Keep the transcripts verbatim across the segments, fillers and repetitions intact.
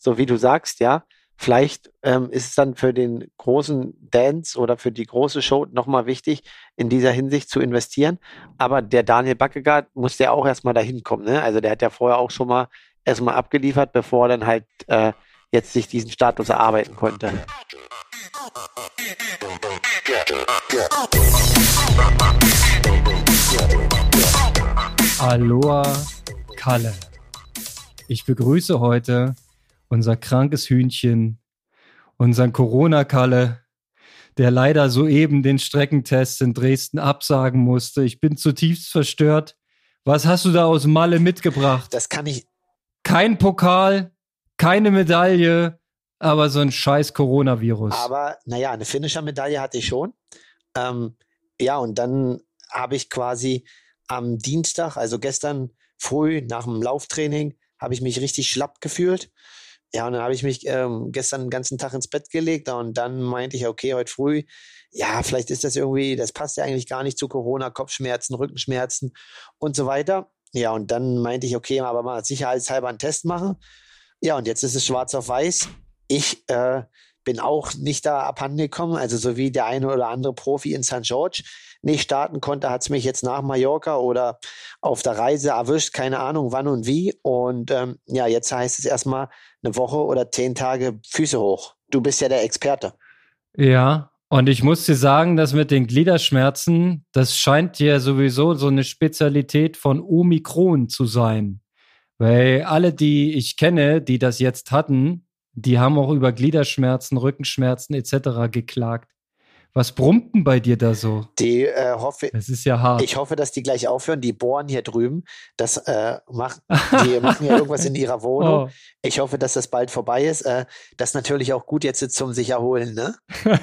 so wie du sagst, ja, vielleicht ähm, ist es dann für den großen Dance oder für die große Show nochmal wichtig, in dieser Hinsicht zu investieren. Aber der Daniel Bakkegaard muss ja auch erstmal dahin kommen, ne? Also der hat ja vorher auch schon mal erstmal abgeliefert, bevor er dann halt äh, jetzt sich diesen Status erarbeiten konnte. Aloha Kalle. Ich begrüße heute unser krankes Hühnchen, unseren Corona-Kalle, der leider soeben den Streckentest in Dresden absagen musste. Ich bin zutiefst verstört. Was hast du da aus Malle mitgebracht? Das kann ich. Kein Pokal, keine Medaille, aber so ein scheiß Coronavirus. Aber naja, eine Finisher-Medaille hatte ich schon. Ähm, ja, und dann habe ich quasi am Dienstag, also gestern früh nach dem Lauftraining, habe ich mich richtig schlapp gefühlt. Ja, und dann habe ich mich ähm, gestern den ganzen Tag ins Bett gelegt und dann meinte ich, okay, heute früh, ja, vielleicht ist das irgendwie, das passt ja eigentlich gar nicht zu Corona, Kopfschmerzen, Rückenschmerzen und so weiter. Ja, und dann meinte ich, okay, aber mal sicherheitshalber einen Test machen. Ja, und jetzt ist es schwarz auf weiß. Ich äh, bin auch nicht da abhanden gekommen, also so wie der eine oder andere Profi in Sankt George nicht starten konnte, hat es mich jetzt nach Mallorca oder auf der Reise erwischt, keine Ahnung wann und wie. Und ähm, ja, jetzt heißt es erstmal eine Woche oder zehn Tage Füße hoch. Du bist ja der Experte. Ja, und ich muss dir sagen, dass mit den Gliederschmerzen, das scheint ja sowieso so eine Spezialität von Omikron zu sein. Weil alle, die ich kenne, die das jetzt hatten, die haben auch über Gliederschmerzen, Rückenschmerzen et cetera geklagt. Was brummt denn bei dir da so? Die äh, hoffe, das ist ja hart. Ich hoffe, dass die gleich aufhören. Die bohren hier drüben. Das äh, macht, die machen ja irgendwas in ihrer Wohnung. Oh. Ich hoffe, dass das bald vorbei ist. Äh, das ist natürlich auch gut jetzt zum sich erholen, ne?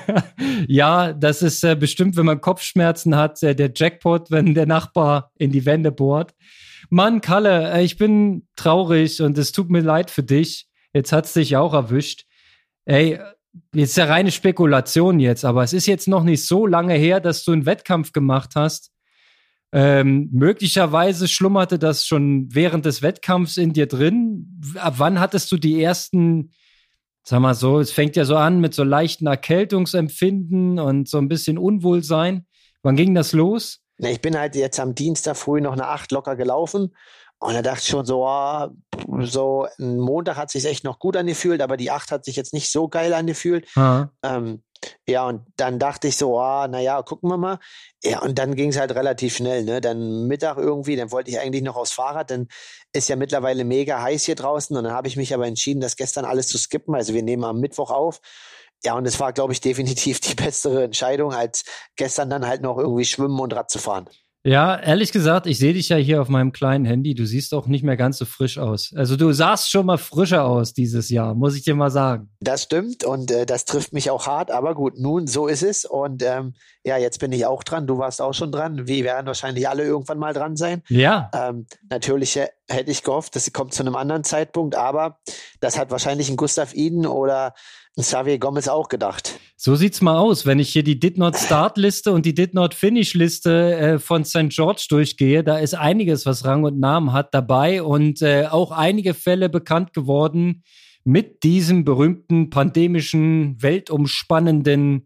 Ja, das ist äh, bestimmt, wenn man Kopfschmerzen hat, äh, der Jackpot, wenn der Nachbar in die Wände bohrt. Mann, Kalle, äh, ich bin traurig und es tut mir leid für dich. Jetzt hat's dich auch erwischt. Ey, ist ja reine Spekulation jetzt, aber es ist jetzt noch nicht so lange her, dass du einen Wettkampf gemacht hast. Ähm, möglicherweise schlummerte das schon während des Wettkampfs in dir drin. Ab wann hattest du die ersten, sag mal so, es fängt ja so an mit so leichten Erkältungsempfinden und so ein bisschen Unwohlsein. Wann ging das los? Na, ich bin halt jetzt am Dienstag früh noch eine acht locker gelaufen. Und da dachte ich schon so, oh, so ein Montag hat sich echt noch gut angefühlt, aber die acht hat sich jetzt nicht so geil angefühlt. Ähm, ja, und dann dachte ich so, oh, naja, gucken wir mal. Ja, und dann ging es halt relativ schnell, ne? Dann Mittag irgendwie, dann wollte ich eigentlich noch aufs Fahrrad, dann ist ja mittlerweile mega heiß hier draußen und dann habe ich mich aber entschieden, das gestern alles zu skippen. Also wir nehmen am Mittwoch auf. Ja, und es war, glaube ich, definitiv die bessere Entscheidung, als gestern dann halt noch irgendwie schwimmen und Rad zu fahren. Ja, ehrlich gesagt, ich sehe dich ja hier auf meinem kleinen Handy. Du siehst auch nicht mehr ganz so frisch aus. Also du sahst schon mal frischer aus dieses Jahr, muss ich dir mal sagen. Das stimmt und äh, das trifft mich auch hart, aber gut, nun, so ist es. Und ähm, ja, jetzt bin ich auch dran. Du warst auch schon dran. Wir werden wahrscheinlich alle irgendwann mal dran sein. Ja. Ähm, natürlich äh, hätte ich gehofft, das kommt zu einem anderen Zeitpunkt, aber das hat wahrscheinlich ein Gustav Iden oder ein Xavier Gomez auch gedacht. So sieht's mal aus, wenn ich hier die Did Not Start Liste und die Did Not Finish Liste äh, von Sankt George durchgehe. Da ist einiges, was Rang und Namen hat, dabei und äh, auch einige Fälle bekannt geworden mit diesem berühmten pandemischen, weltumspannenden,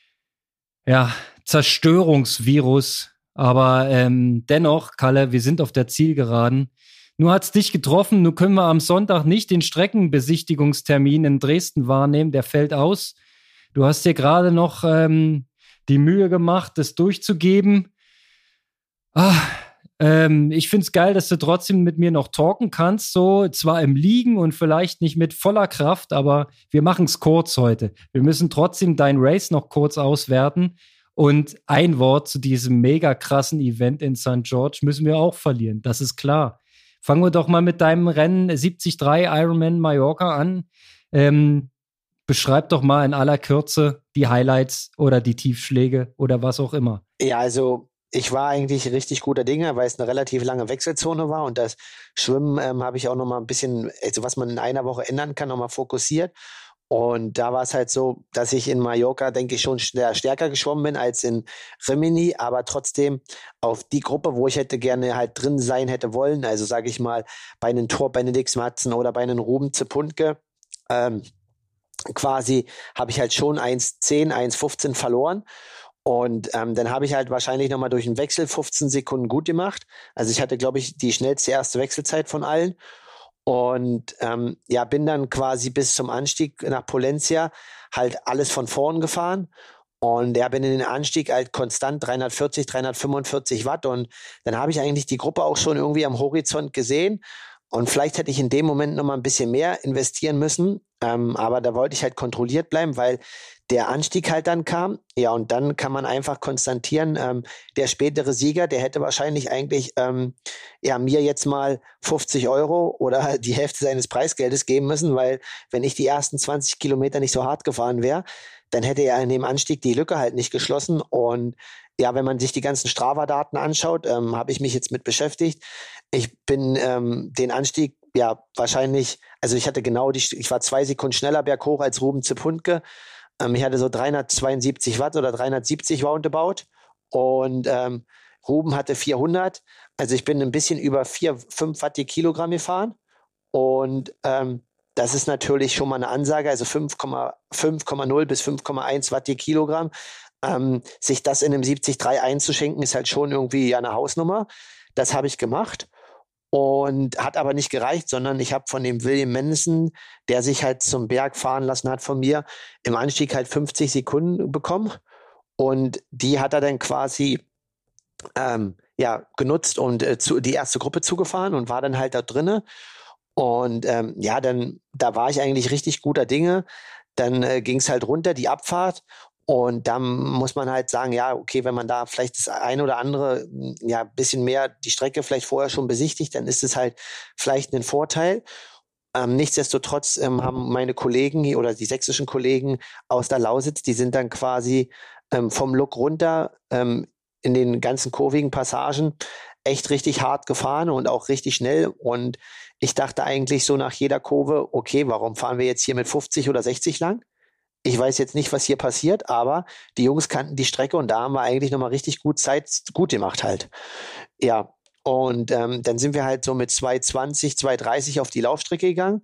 ja, Zerstörungsvirus. Aber ähm, dennoch, Kalle, wir sind auf der Zielgeraden. Nur hat's dich getroffen, nur können wir am Sonntag nicht den Streckenbesichtigungstermin in Dresden wahrnehmen, der fällt aus. Du hast dir gerade noch ähm, die Mühe gemacht, das durchzugeben. Ah, ähm, ich find's geil, dass du trotzdem mit mir noch talken kannst, so zwar im Liegen und vielleicht nicht mit voller Kraft, aber wir machen's kurz heute. Wir müssen trotzdem dein Race noch kurz auswerten. Und ein Wort zu diesem mega krassen Event in Sankt George müssen wir auch verlieren, das ist klar. Fangen wir doch mal mit deinem Rennen siebzig Komma drei Ironman Mallorca an. Ähm, beschreib doch mal in aller Kürze die Highlights oder die Tiefschläge oder was auch immer. Ja, also ich war eigentlich richtig guter Dinge, weil es eine relativ lange Wechselzone war und das Schwimmen ähm, habe ich auch noch mal ein bisschen, also was man in einer Woche ändern kann, noch mal fokussiert. Und da war es halt so, dass ich in Mallorca, denke ich, schon stärker geschwommen bin als in Rimini, aber trotzdem auf die Gruppe, wo ich hätte gerne halt drin sein hätte wollen, also sage ich mal bei einem Tor Benedix Matzen oder bei einem Ruben Zepunke, ähm, quasi habe ich halt schon eins zehn, eins fünfzehn verloren. Und ähm, dann habe ich halt wahrscheinlich nochmal durch einen Wechsel fünfzehn Sekunden gut gemacht. Also ich hatte, glaube ich, die schnellste erste Wechselzeit von allen. Und ähm, ja, bin dann quasi bis zum Anstieg nach Pollencia halt alles von vorn gefahren. Und ja, bin in den Anstieg halt konstant dreihundertvierzig, dreihundertfünfundvierzig Watt. Und dann habe ich eigentlich die Gruppe auch schon irgendwie am Horizont gesehen. Und vielleicht hätte ich in dem Moment nochmal ein bisschen mehr investieren müssen. Ähm, aber da wollte ich halt kontrolliert bleiben, weil der Anstieg halt dann kam. Ja, und dann kann man einfach konstatieren, ähm, der spätere Sieger, der hätte wahrscheinlich eigentlich ähm, ja, mir jetzt mal fünfzig Euro oder die Hälfte seines Preisgeldes geben müssen, weil wenn ich die ersten zwanzig Kilometer nicht so hart gefahren wäre, dann hätte er in dem Anstieg die Lücke halt nicht geschlossen. Und ja, wenn man sich die ganzen Strava-Daten anschaut, ähm, habe ich mich jetzt mit beschäftigt. Ich bin ähm, den Anstieg ja wahrscheinlich, also ich hatte genau die, ich war zwei Sekunden schneller berghoch als Ruben Zepundke. Ähm, ich hatte so dreihundertzweiundsiebzig Watt oder dreihundertsiebzig roundabout und ähm, Ruben hatte vierhundert. Also ich bin ein bisschen über vier, fünf Watt je Kilogramm gefahren und ähm, das ist natürlich schon mal eine Ansage, also fünf Komma null bis fünf Komma eins Watt je Kilogramm. Ähm, sich das in einem siebzig Komma drei einzuschenken, ist halt schon irgendwie ja eine Hausnummer. Das habe ich gemacht und hat aber nicht gereicht, sondern ich habe von dem William Mendelssohn, der sich halt zum Berg fahren lassen hat von mir, im Anstieg halt fünfzig Sekunden bekommen und die hat er dann quasi ähm, ja, genutzt und äh, zu, die erste Gruppe zugefahren und war dann halt da drinne. Und ähm, ja, dann, da war ich eigentlich richtig guter Dinge. Dann äh, ging es halt runter, die Abfahrt. Und dann muss man halt sagen, ja, okay, wenn man da vielleicht das eine oder andere, ja, bisschen mehr die Strecke vielleicht vorher schon besichtigt, dann ist es halt vielleicht ein Vorteil. Ähm, nichtsdestotrotz ähm, haben meine Kollegen hier oder die sächsischen Kollegen aus der Lausitz, die sind dann quasi ähm, vom Lok runter ähm, in den ganzen kurvigen Passagen echt richtig hart gefahren und auch richtig schnell. Und ich dachte eigentlich so nach jeder Kurve, okay, warum fahren wir jetzt hier mit fünfzig oder sechzig lang? Ich weiß jetzt nicht, was hier passiert, aber die Jungs kannten die Strecke und da haben wir eigentlich nochmal richtig gut Zeit gut gemacht halt. Ja, und ähm, dann sind wir halt so mit zwei zwanzig, zwei dreißig auf die Laufstrecke gegangen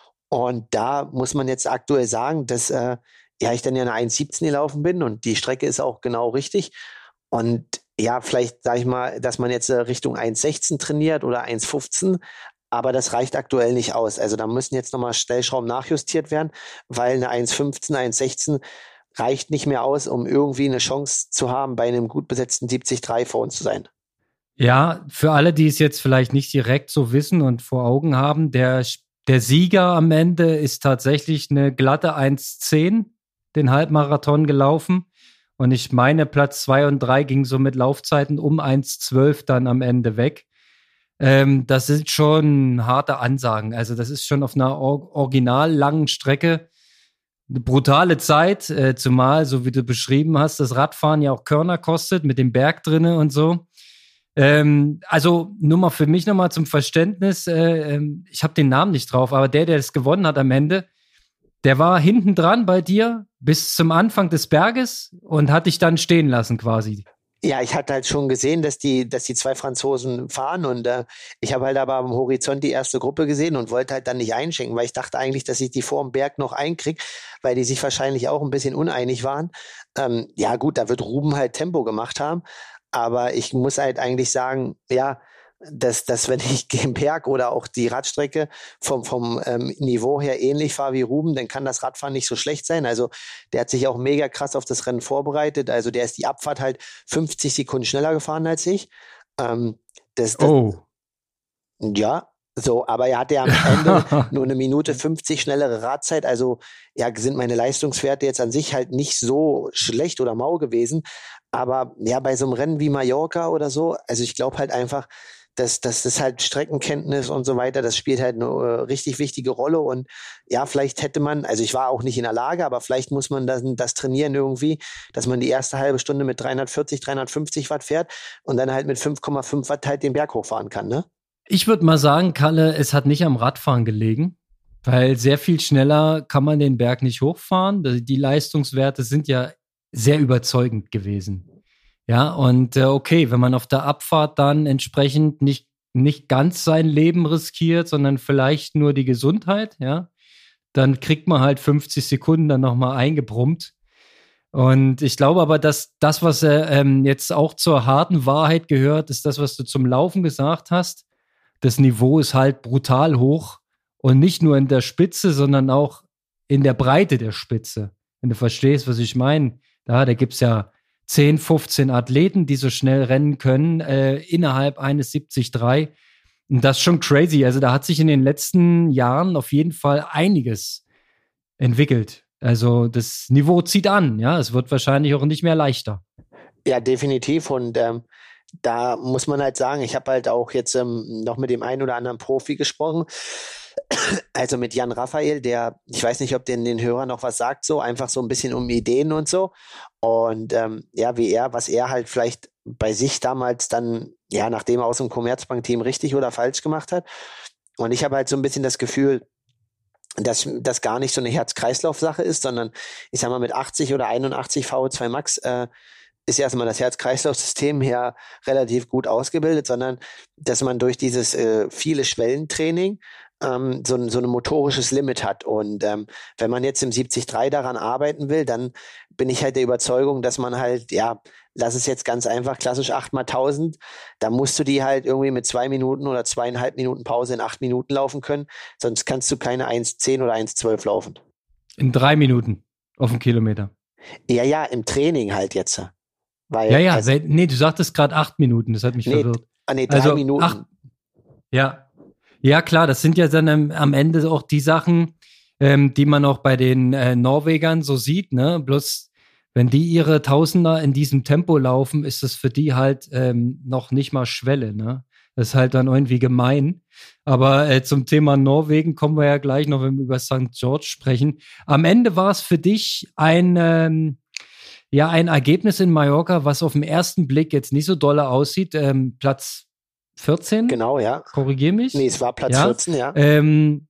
und da muss man jetzt aktuell sagen, dass äh, ja ich dann ja eine eins siebzehn gelaufen bin und die Strecke ist auch genau richtig und ja, vielleicht sage ich mal, dass man jetzt äh, Richtung eins sechzehn trainiert oder eins fünfzehn, aber das reicht aktuell nicht aus. Also da müssen jetzt nochmal Stellschrauben nachjustiert werden, weil eine eins fünfzehn, eins sechzehn reicht nicht mehr aus, um irgendwie eine Chance zu haben, bei einem gut besetzten siebzig Komma drei vor uns zu sein. Ja, für alle, die es jetzt vielleicht nicht direkt so wissen und vor Augen haben, der, der Sieger am Ende ist tatsächlich eine glatte eins zehn, den Halbmarathon gelaufen. Und ich meine, Platz zwei und drei ging so mit Laufzeiten um eins zwölf dann am Ende weg. Ähm, das sind schon harte Ansagen. Also das ist schon auf einer or- original langen Strecke eine brutale Zeit, äh, zumal, so wie du beschrieben hast, das Radfahren ja auch Körner kostet mit dem Berg drinne und so. Ähm, also nur mal für mich nochmal zum Verständnis, äh, ähm, ich habe den Namen nicht drauf, aber der, der das gewonnen hat am Ende, der war hinten dran bei dir bis zum Anfang des Berges und hat dich dann stehen lassen quasi. Ja, ich hatte halt schon gesehen, dass die, dass die zwei Franzosen fahren und äh, ich habe halt aber am Horizont die erste Gruppe gesehen und wollte halt dann nicht einschenken, weil ich dachte eigentlich, dass ich die vor dem Berg noch einkriege, weil die sich wahrscheinlich auch ein bisschen uneinig waren. Ähm, ja gut, da wird Ruben halt Tempo gemacht haben, aber ich muss halt eigentlich sagen, ja, dass, dass wenn ich den Berg oder auch die Radstrecke vom, vom ähm, Niveau her ähnlich fahre wie Ruben, dann kann das Radfahren nicht so schlecht sein. Also der hat sich auch mega krass auf das Rennen vorbereitet. Also der ist die Abfahrt halt fünfzig Sekunden schneller gefahren als ich. Ähm, das, das, Oh. ja, so, aber er hatte ja am Ende nur eine Minute fünfzig schnellere Radzeit. Also ja, sind meine Leistungswerte jetzt an sich halt nicht so schlecht oder mau gewesen. Aber ja, bei so einem Rennen wie Mallorca oder so, also ich glaube halt einfach, das, das ist halt Streckenkenntnis und so weiter, das spielt halt eine äh, richtig wichtige Rolle und ja, vielleicht hätte man, also ich war auch nicht in der Lage, aber vielleicht muss man das, das trainieren irgendwie, dass man die erste halbe Stunde mit dreihundertvierzig, dreihundertfünfzig Watt fährt und dann halt mit fünf Komma fünf Watt halt den Berg hochfahren kann, ne? Ich würde mal sagen, Kalle, es hat nicht am Radfahren gelegen, weil sehr viel schneller kann man den Berg nicht hochfahren. Die Leistungswerte sind ja sehr überzeugend gewesen. Ja, und äh, okay, wenn man auf der Abfahrt dann entsprechend nicht, nicht ganz sein Leben riskiert, sondern vielleicht nur die Gesundheit, ja, dann kriegt man halt fünfzig Sekunden dann nochmal eingebrummt. Und ich glaube aber, dass das, was ähm, jetzt auch zur harten Wahrheit gehört, ist das, was du zum Laufen gesagt hast. Das Niveau ist halt brutal hoch und nicht nur in der Spitze, sondern auch in der Breite der Spitze. Wenn du verstehst, was ich meine. Da, da gibt es ja zehn, fünfzehn Athleten, die so schnell rennen können, äh, innerhalb eines siebzig Komma drei. Und das ist schon crazy. Also da hat sich in den letzten Jahren auf jeden Fall einiges entwickelt. Also das Niveau zieht an, ja. Es wird wahrscheinlich auch nicht mehr leichter. Ja, definitiv. Und ähm, da muss man halt sagen, ich habe halt auch jetzt ähm, noch mit dem einen oder anderen Profi gesprochen. Also mit Jan Raphael, der, ich weiß nicht, ob den den Hörern noch was sagt, so einfach so ein bisschen um Ideen und so. Und ähm, ja, wie er, was er halt vielleicht bei sich damals dann, ja, nachdem er aus dem Commerzbank-Team richtig oder falsch gemacht hat. Und ich habe halt so ein bisschen das Gefühl, dass das gar nicht so eine Herz-Kreislauf-Sache ist, sondern ich sag mal mit achtzig oder einundachtzig V O zwei Max äh, ist erstmal das Herz-Kreislauf-System ja relativ gut ausgebildet, sondern dass man durch dieses äh, viele Schwellentraining ähm, so, so ein motorisches Limit hat. Und ähm, wenn man jetzt im siebzig Komma drei daran arbeiten will, dann bin ich halt der Überzeugung, dass man halt, ja, lass es jetzt ganz einfach, klassisch acht mal tausend, da musst du die halt irgendwie mit zwei Minuten oder zweieinhalb Minuten Pause in acht Minuten laufen können, sonst kannst du keine eins zehn oder eins zwölf laufen. In drei Minuten auf einen Kilometer. Ja, ja, im Training halt jetzt. Weil, ja, ja, also, nee, du sagtest gerade acht Minuten, das hat mich nee, verwirrt. Ah, nee, drei also Minuten. Acht, ja. Ja, klar, das sind ja dann am, am Ende auch die Sachen, ähm, die man auch bei den äh, Norwegern so sieht, ne? Bloß wenn die ihre Tausender in diesem Tempo laufen, ist das für die halt ähm, noch nicht mal Schwelle, ne? Das ist halt dann irgendwie gemein. Aber äh, zum Thema Norwegen kommen wir ja gleich noch, wenn wir über Sankt George sprechen. Am Ende war es für dich ein, ähm, ja, ein Ergebnis in Mallorca, was auf den ersten Blick jetzt nicht so dolle aussieht. Ähm, Platz vierzehn? Genau, ja. Korrigier mich. Nee, es war Platz ja? vierzehn, ja. Ähm,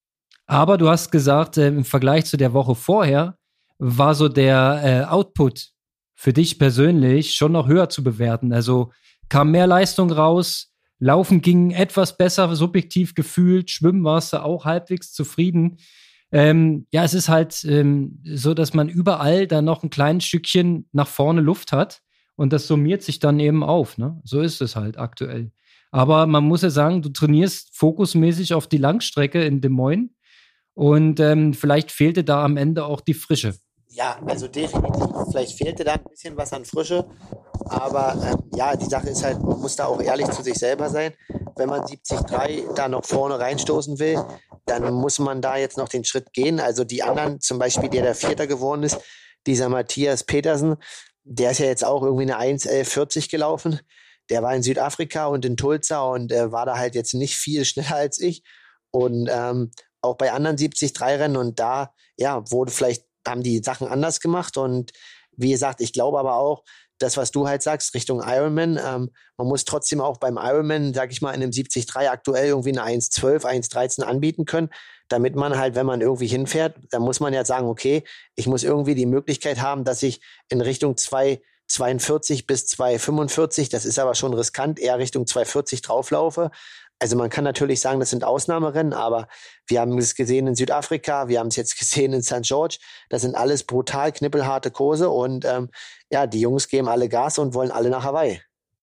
aber du hast gesagt, äh, im Vergleich zu der Woche vorher war so der äh, Output für dich persönlich schon noch höher zu bewerten. Also kam mehr Leistung raus, Laufen ging etwas besser, subjektiv gefühlt, Schwimmen warst du auch halbwegs zufrieden. Ähm, ja, es ist halt ähm, so, dass man überall da noch ein kleines Stückchen nach vorne Luft hat und das summiert sich dann eben auf. Ne? So ist es halt aktuell. Aber man muss ja sagen, du trainierst fokusmäßig auf die Langstrecke in Des Moines und ähm, vielleicht fehlte da am Ende auch die Frische. Ja, also definitiv. Vielleicht fehlte da ein bisschen was an Frische. Aber ähm, ja, die Sache ist halt, man muss da auch ehrlich zu sich selber sein. Wenn man siebzig Komma drei da noch vorne reinstoßen will, dann muss man da jetzt noch den Schritt gehen. Also die anderen, zum Beispiel der, der Vierter geworden ist, dieser Matthias Petersen, der ist ja jetzt auch irgendwie eine eins elf vierzig gelaufen. Der war in Südafrika und in Tulsa und äh, war da halt jetzt nicht viel schneller als ich. Und ähm, auch bei anderen siebzig Komma drei Rennen und da, ja, wurde vielleicht haben die Sachen anders gemacht und wie gesagt, ich glaube aber auch, das, was du halt sagst, Richtung Ironman, ähm, man muss trotzdem auch beim Ironman, sag ich mal, in einem siebzig Komma drei aktuell irgendwie eine eins zwölf, eins dreizehn anbieten können, damit man halt, wenn man irgendwie hinfährt, dann muss man ja sagen, okay, ich muss irgendwie die Möglichkeit haben, dass ich in Richtung zwei zweiundvierzig bis zwei fünfundvierzig, das ist aber schon riskant, eher Richtung zwei vierzig drauflaufe. Also man kann natürlich sagen, das sind Ausnahmerennen, aber wir haben es gesehen in Südafrika, wir haben es jetzt gesehen in Sankt George, das sind alles brutal knüppelharte Kurse und ähm, ja, die Jungs geben alle Gas und wollen alle nach Hawaii.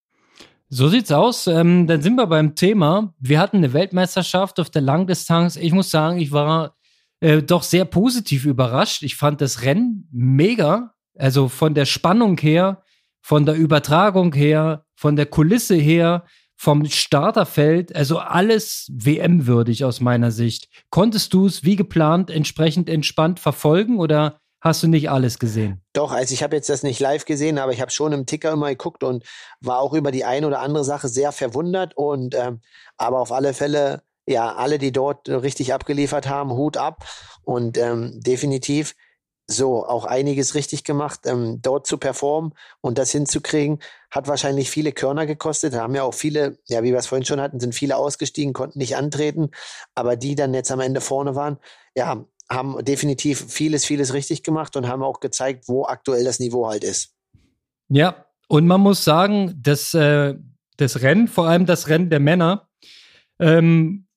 So sieht's aus. Ähm, dann sind wir beim Thema. Wir hatten eine Weltmeisterschaft auf der Langdistanz. Ich muss sagen, ich war äh, doch sehr positiv überrascht. Ich fand das Rennen mega. Also von der Spannung her, von der Übertragung her, von der Kulisse her, vom Starterfeld, also alles W M-würdig aus meiner Sicht. Konntest du es wie geplant entsprechend entspannt verfolgen oder hast du nicht alles gesehen? Doch, also ich habe jetzt das nicht live gesehen, aber ich habe schon im Ticker immer geguckt und war auch über die eine oder andere Sache sehr verwundert. Und ähm, aber auf alle Fälle, ja, alle, die dort richtig abgeliefert haben, Hut ab und ähm, definitiv so auch einiges richtig gemacht, ähm, dort zu performen und das hinzukriegen, hat wahrscheinlich viele Körner gekostet. Da haben ja auch viele, ja, wie wir es vorhin schon hatten, sind viele ausgestiegen, konnten nicht antreten, aber die dann jetzt am Ende vorne waren, ja, haben definitiv vieles, vieles richtig gemacht und haben auch gezeigt, wo aktuell das Niveau halt ist. Ja, und man muss sagen, dass äh, das Rennen, vor allem das Rennen der Männer, ähm,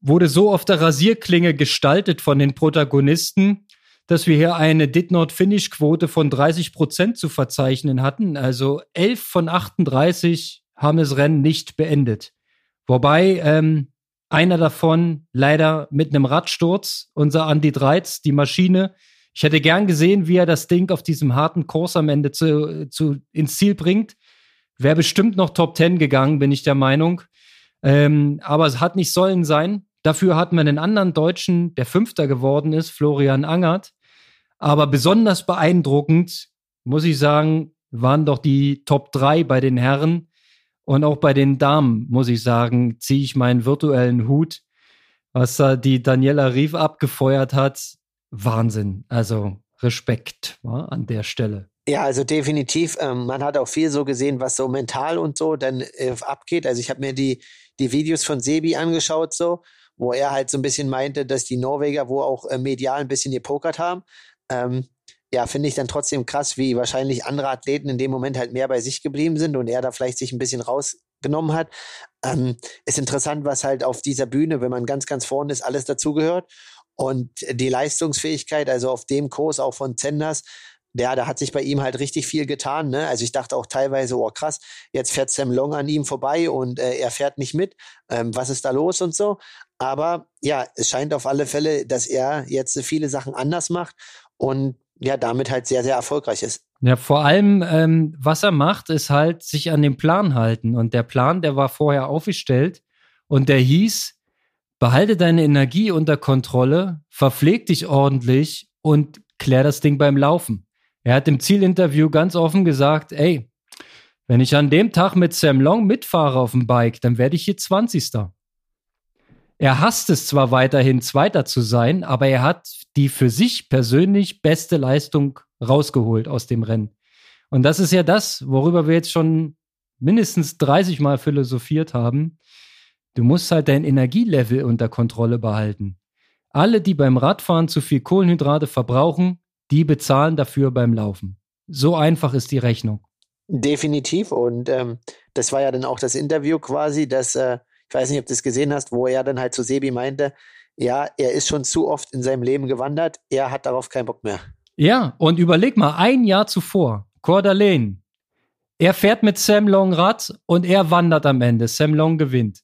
wurde so auf der Rasierklinge gestaltet von den Protagonisten, dass wir hier eine Did-Not-Finish-Quote von dreißig Prozent zu verzeichnen hatten. Also elf von achtunddreißig haben das Rennen nicht beendet. Wobei ähm, einer davon leider mit einem Radsturz, unser Andy Dreiz, die Maschine. Ich hätte gern gesehen, wie er das Ding auf diesem harten Kurs am Ende zu, zu, ins Ziel bringt. Wäre bestimmt noch Top Ten gegangen, bin ich der Meinung. Ähm, aber es hat nicht sollen sein. Dafür hat man einen anderen Deutschen, der Fünfter geworden ist, Florian Angert. Aber besonders beeindruckend, muss ich sagen, waren doch die Top drei bei den Herren. Und auch bei den Damen, muss ich sagen, ziehe ich meinen virtuellen Hut. Was da die Daniela Ryf abgefeuert hat, Wahnsinn. Also Respekt wa, an der Stelle. Ja, also definitiv. Ähm, man hat auch viel so gesehen, was so mental und so dann äh, abgeht. Also ich habe mir die, die Videos von Sebi angeschaut, so, wo er halt so ein bisschen meinte, dass die Norweger wo auch äh, medial ein bisschen gepokert haben. Ähm, ja, finde ich dann trotzdem krass, wie wahrscheinlich andere Athleten in dem Moment halt mehr bei sich geblieben sind und er da vielleicht sich ein bisschen rausgenommen hat. Ähm, ist interessant, was halt auf dieser Bühne, wenn man ganz, ganz vorne ist, alles dazugehört. Und die Leistungsfähigkeit, also auf dem Kurs auch von Zenders, ja, da hat sich bei ihm halt richtig viel getan, ne? Also ich dachte auch teilweise, oh krass, jetzt fährt Sam Long an ihm vorbei und äh, er fährt nicht mit. Ähm, was ist da los und so? Aber ja, es scheint auf alle Fälle, dass er jetzt viele Sachen anders macht und ja, damit halt sehr, sehr erfolgreich ist. Ja, vor allem, ähm, was er macht, ist halt sich an den Plan halten. Und der Plan, der war vorher aufgestellt und der hieß, behalte deine Energie unter Kontrolle, verpfleg dich ordentlich und klär das Ding beim Laufen. Er hat im Zielinterview ganz offen gesagt, ey, wenn ich an dem Tag mit Sam Long mitfahre auf dem Bike, dann werde ich hier zwanzigster Er hasst es zwar weiterhin, Zweiter zu sein, aber er hat die für sich persönlich beste Leistung rausgeholt aus dem Rennen. Und das ist ja das, worüber wir jetzt schon mindestens dreißig Mal philosophiert haben. Du musst halt dein Energielevel unter Kontrolle behalten. Alle, die beim Radfahren zu viel Kohlenhydrate verbrauchen, die bezahlen dafür beim Laufen. So einfach ist die Rechnung. Definitiv. Und ähm, das war ja dann auch das Interview quasi, dass äh, ich weiß nicht, ob du es gesehen hast, wo er dann halt zu Sebi meinte, ja, er ist schon zu oft in seinem Leben gewandert, er hat darauf keinen Bock mehr. Ja, und überleg mal, ein Jahr zuvor, Coeur d'Alene, er fährt mit Sam Long Rad und er wandert am Ende, Sam Long gewinnt.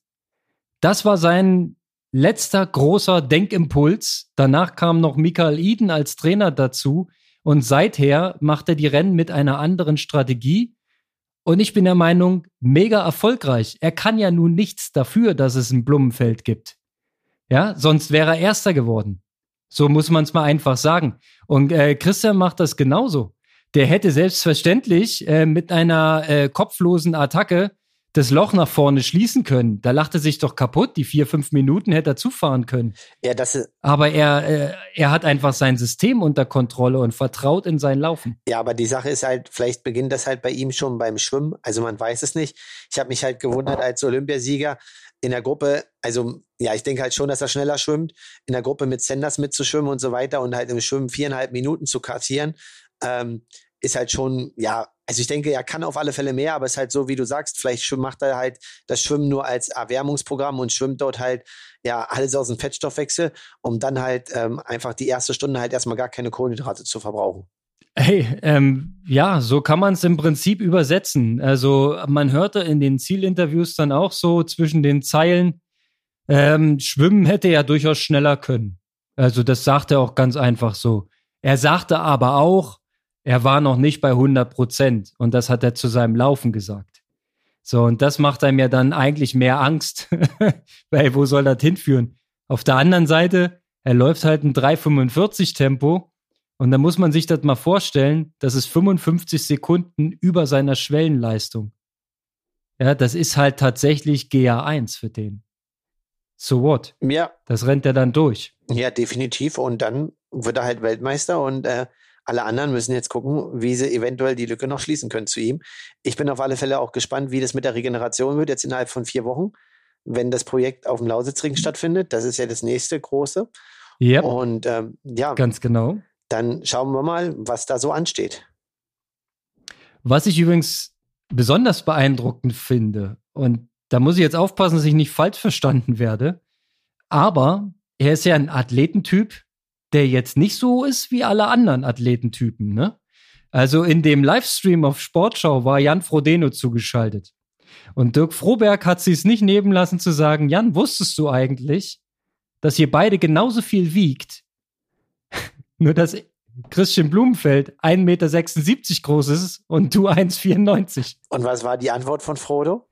Das war sein letzter großer Denkimpuls. Danach kam noch Michael Iden als Trainer dazu und seither macht er die Rennen mit einer anderen Strategie. Und ich bin der Meinung, mega erfolgreich. Er kann ja nun nichts dafür, dass es ein Blumenfeld gibt. Ja, sonst wäre er Erster geworden. So muss man es mal einfach sagen. Und äh, Christian macht das genauso. Der hätte selbstverständlich äh, mit einer äh, kopflosen Attacke das Loch nach vorne schließen können. Da lachte sich doch kaputt. Die vier, fünf Minuten hätte er zufahren können. Ja, das ist aber er, äh, er hat einfach sein System unter Kontrolle und vertraut in sein Laufen. Ja, aber die Sache ist halt, vielleicht beginnt das halt bei ihm schon beim Schwimmen. Also man weiß es nicht. Ich habe mich halt gewundert als Olympiasieger in der Gruppe, also ja, ich denke halt schon, dass er schneller schwimmt, in der Gruppe mit Senders mitzuschwimmen und so weiter und halt im Schwimmen viereinhalb Minuten zu kassieren, ähm, ist halt schon, ja, also ich denke, er kann auf alle Fälle mehr, aber es ist halt so, wie du sagst, vielleicht macht er halt das Schwimmen nur als Erwärmungsprogramm und schwimmt dort halt, ja, alles aus dem Fettstoffwechsel, um dann halt ähm, einfach die erste Stunde halt erstmal gar keine Kohlenhydrate zu verbrauchen. Hey, ähm, ja, so kann man es im Prinzip übersetzen. Also man hörte in den Zielinterviews dann auch so zwischen den Zeilen, ähm, Schwimmen hätte er durchaus schneller können. Also das sagte er auch ganz einfach so. Er sagte aber auch, er war noch nicht bei hundert Prozent und das hat er zu seinem Laufen gesagt. So, und das macht einem ja dann eigentlich mehr Angst, weil wo soll das hinführen? Auf der anderen Seite, er läuft halt ein drei fünfundvierzig Tempo und da muss man sich das mal vorstellen, das ist fünfundfünfzig Sekunden über seiner Schwellenleistung. Ja, das ist halt tatsächlich G A eins für den. So what? Ja. Das rennt er dann durch. Ja, definitiv. Und dann wird er halt Weltmeister und äh, alle anderen müssen jetzt gucken, wie sie eventuell die Lücke noch schließen können zu ihm. Ich bin auf alle Fälle auch gespannt, wie das mit der Regeneration wird, jetzt innerhalb von vier Wochen, wenn das Projekt auf dem Lausitzring stattfindet. Das ist ja das nächste große. Ja. Und ähm, ja, ganz genau. Dann schauen wir mal, was da so ansteht. Was ich übrigens besonders beeindruckend finde, und da muss ich jetzt aufpassen, dass ich nicht falsch verstanden werde, Aber er ist ja ein Athletentyp, der jetzt nicht so ist wie alle anderen Athletentypen, ne? Also in dem Livestream auf Sportschau war Jan Frodeno zugeschaltet. Und Dirk Froberg hat sie es nicht nehmen lassen zu sagen, Jan, wusstest du eigentlich, dass ihr beide genauso viel wiegt? Nur, dass Christian Blumenfeld ein Meter sechsundsiebzig groß ist und du eins Komma vierundneunzig. Und was war die Antwort von Frodo?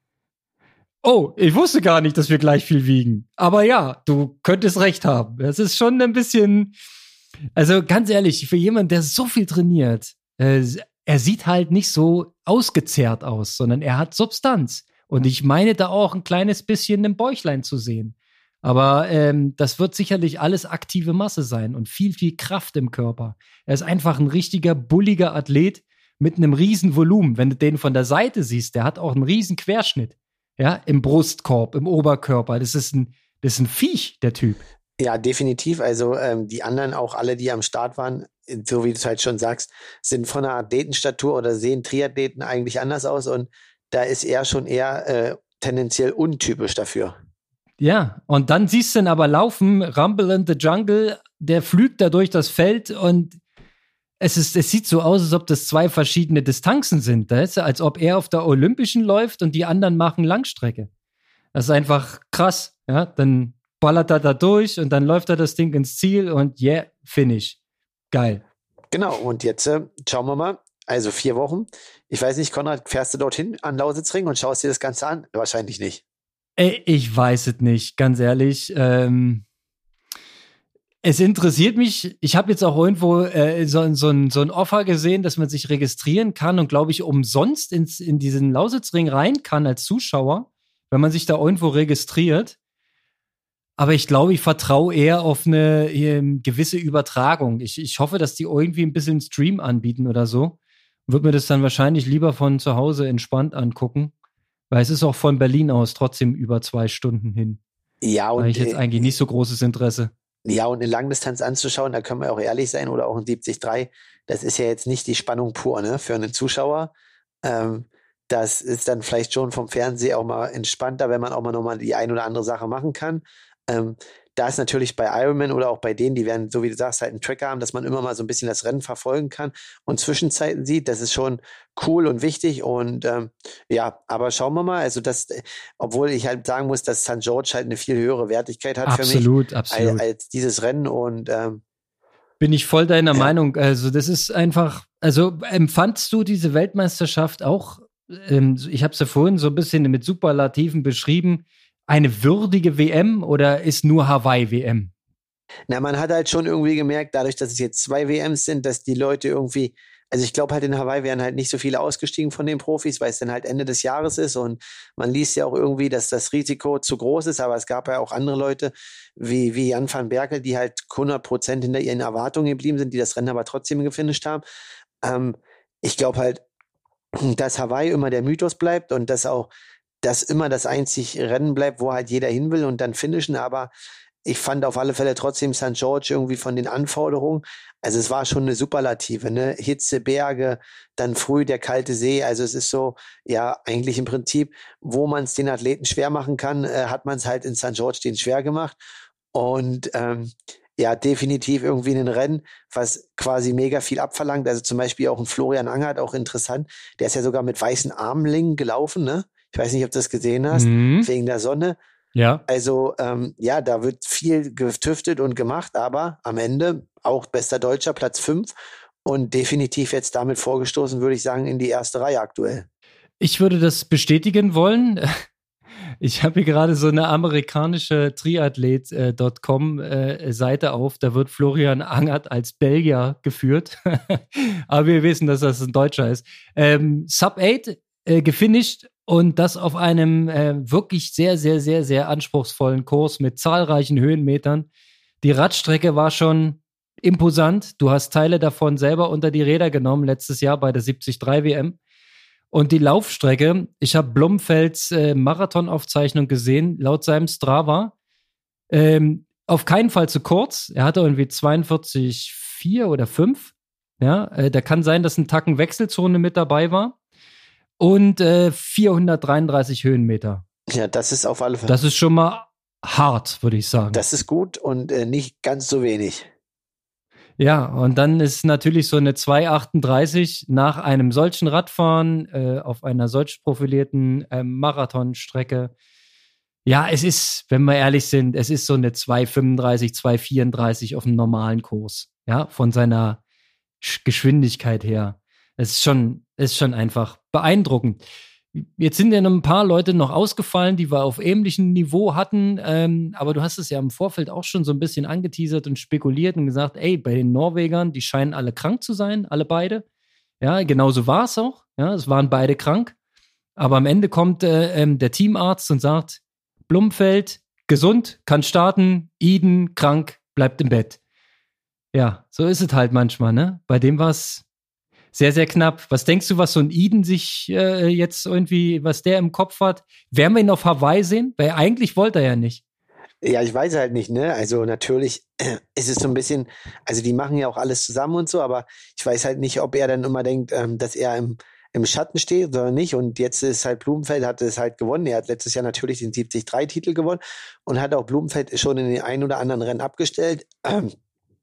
Oh, ich wusste gar nicht, dass wir gleich viel wiegen. Aber ja, du könntest recht haben. Das ist schon ein bisschen, also ganz ehrlich, für jemanden, der so viel trainiert, äh, er sieht halt nicht so ausgezehrt aus, sondern er hat Substanz. Und ich meine da auch ein kleines bisschen im Bäuchlein zu sehen. Aber ähm, das wird sicherlich alles aktive Masse sein und viel, viel Kraft im Körper. Er ist einfach ein richtiger, bulliger Athlet mit einem riesen Volumen. Wenn du den von der Seite siehst, der hat auch einen riesen Querschnitt. Ja, im Brustkorb, im Oberkörper. Das ist ein, das ist ein Viech, der Typ. Ja, definitiv. Also ähm, die anderen, auch alle, die am Start waren, so wie du es halt schon sagst, sind von der Athletenstatur oder sehen Triathleten eigentlich anders aus. Und da ist er schon eher äh, tendenziell untypisch dafür. Ja, und dann siehst du ihn aber laufen, Rumble in the Jungle, der flügt da durch das Feld und es ist, es sieht so aus, als ob das zwei verschiedene Distanzen sind. Da ist er, als ob er auf der Olympischen läuft und die anderen machen Langstrecke. Das ist einfach krass. Ja, dann ballert er da durch und dann läuft er das Ding ins Ziel und yeah, finish. Geil. Genau, und jetzt äh, schauen wir mal. Also vier Wochen. Ich weiß nicht, Konrad, fährst du dorthin an Lausitzring und schaust dir das Ganze an? Wahrscheinlich nicht. Ey, ich weiß es nicht, ganz ehrlich. Ähm, es interessiert mich. Ich habe jetzt auch irgendwo äh, so, so, ein, so ein Offer gesehen, dass man sich registrieren kann und, glaube ich, umsonst ins, in diesen Lausitzring rein kann als Zuschauer, wenn man sich da irgendwo registriert. Aber ich glaube, ich vertraue eher auf eine ähm, gewisse Übertragung. Ich, ich hoffe, dass die irgendwie ein bisschen Stream anbieten oder so. Würde mir das dann wahrscheinlich lieber von zu Hause entspannt angucken. Weil es ist auch von Berlin aus trotzdem über zwei Stunden hin. Ja, und da habe ich jetzt äh, eigentlich nicht so großes Interesse. Ja, und eine Langdistanz anzuschauen, da können wir auch ehrlich sein, oder auch ein siebzig Komma drei, das ist ja jetzt nicht die Spannung pur, ne, für einen Zuschauer. Ähm, das ist dann vielleicht schon vom Fernseher auch mal entspannter, wenn man auch mal nochmal die ein oder andere Sache machen kann. Ähm, da ist natürlich bei Ironman oder auch bei denen, die werden, so wie du sagst, halt einen Tracker haben, dass man immer mal so ein bisschen das Rennen verfolgen kann und Zwischenzeiten sieht. Das ist schon cool und wichtig. Und ähm, ja, aber schauen wir mal. Also das, obwohl ich halt sagen muss, dass Sankt George halt eine viel höhere Wertigkeit hat absolut, für mich absolut. Als, als dieses Rennen. Und ähm, bin ich voll deiner ja. Meinung. Also das ist einfach, also empfandst du diese Weltmeisterschaft auch, ähm, ich habe es ja vorhin so ein bisschen mit Superlativen beschrieben, eine würdige W M oder ist nur Hawaii-W M? Na, man hat halt schon irgendwie gemerkt, dadurch, dass es jetzt zwei W Ms sind, dass die Leute irgendwie, also ich glaube halt in Hawaii wären halt nicht so viele ausgestiegen von den Profis, weil es dann halt Ende des Jahres ist und man liest ja auch irgendwie, dass das Risiko zu groß ist, aber es gab ja auch andere Leute wie, wie Jan van Berkel, die halt hundert Prozent hinter ihren Erwartungen geblieben sind, die das Rennen aber trotzdem gefinisht haben. Ähm, ich glaube halt, dass Hawaii immer der Mythos bleibt und dass auch das immer das einzig Rennen bleibt, wo halt jeder hin will und dann finishen, aber ich fand auf alle Fälle trotzdem Sankt George irgendwie von den Anforderungen, also es war schon eine Superlative, ne? Hitze, Berge, dann früh der kalte See, also es ist so, ja, eigentlich im Prinzip, wo man es den Athleten schwer machen kann, äh, hat man es halt in Sankt George den schwer gemacht und ähm, ja, definitiv irgendwie ein Rennen, was quasi mega viel abverlangt, also zum Beispiel auch ein Florian Angert, auch interessant, der ist ja sogar mit weißen Armlingen gelaufen, ne? Ich weiß nicht, ob du das gesehen hast, mhm. wegen der Sonne. Ja. Also, ähm, ja, da wird viel getüftet und gemacht, aber am Ende auch bester Deutscher, Platz fünf und definitiv jetzt damit vorgestoßen, würde ich sagen, in die erste Reihe aktuell. Ich würde das bestätigen wollen. Ich habe hier gerade so eine amerikanische Triathlet Punkt com äh, Seite auf, da wird Florian Angert als Belgier geführt. Aber wir wissen, dass das ein Deutscher ist. Ähm, Sub acht äh, gefinisht. Und das auf einem äh, wirklich sehr, sehr, sehr, sehr anspruchsvollen Kurs mit zahlreichen Höhenmetern. Die Radstrecke war schon imposant. Du hast Teile davon selber unter die Räder genommen, letztes Jahr bei der siebzig Komma drei W M. Und die Laufstrecke, ich habe Blumfelds äh, Marathonaufzeichnung gesehen, laut seinem Strava. Ähm, auf keinen Fall zu kurz. Er hatte irgendwie zweiundvierzig Komma vier oder fünf. Ja, äh, da kann sein, dass ein Tacken Wechselzone mit dabei war. Und äh, vierhundertdreiunddreißig Höhenmeter. Ja, das ist auf alle Fälle. Das ist schon mal hart, würde ich sagen. Das ist gut und äh, nicht ganz so wenig. Ja, und dann ist natürlich so eine zwei achtunddreißig nach einem solchen Radfahren äh, auf einer solch profilierten äh, Marathonstrecke. Ja, es ist, wenn wir ehrlich sind, es ist so eine zwei fünfunddreißig, zwei vierunddreißig auf einem normalen Kurs. Ja, von seiner Sch- Geschwindigkeit her. Es ist schon, es ist schon einfach beeindruckend. Jetzt sind ja noch ein paar Leute noch ausgefallen, die wir auf ähnlichem Niveau hatten. Ähm, aber du hast es ja im Vorfeld auch schon so ein bisschen angeteasert und spekuliert und gesagt, ey, bei den Norwegern, die scheinen alle krank zu sein, alle beide. Ja, genauso war es auch. Ja, es waren beide krank. Aber am Ende kommt äh, ähm, der Teamarzt und sagt, Blumfeld, gesund, kann starten, Iden, krank, bleibt im Bett. Ja, so ist es halt manchmal, ne? Bei dem war es sehr, sehr knapp. Was denkst du, was so ein Iden sich äh, jetzt irgendwie, was der im Kopf hat? Werden wir ihn auf Hawaii sehen? Weil eigentlich wollte er ja nicht. Ja, ich weiß halt nicht, ne? Also natürlich äh, ist es so ein bisschen, also die machen ja auch alles zusammen und so, aber ich weiß halt nicht, ob er dann immer denkt, ähm, dass er im, im Schatten steht oder nicht. Und jetzt ist halt Blumenfeld, hat es halt gewonnen. Er hat letztes Jahr natürlich den siebzig drei Titel gewonnen und hat auch Blumenfeld schon in den ein oder anderen Rennen abgestellt. Ähm,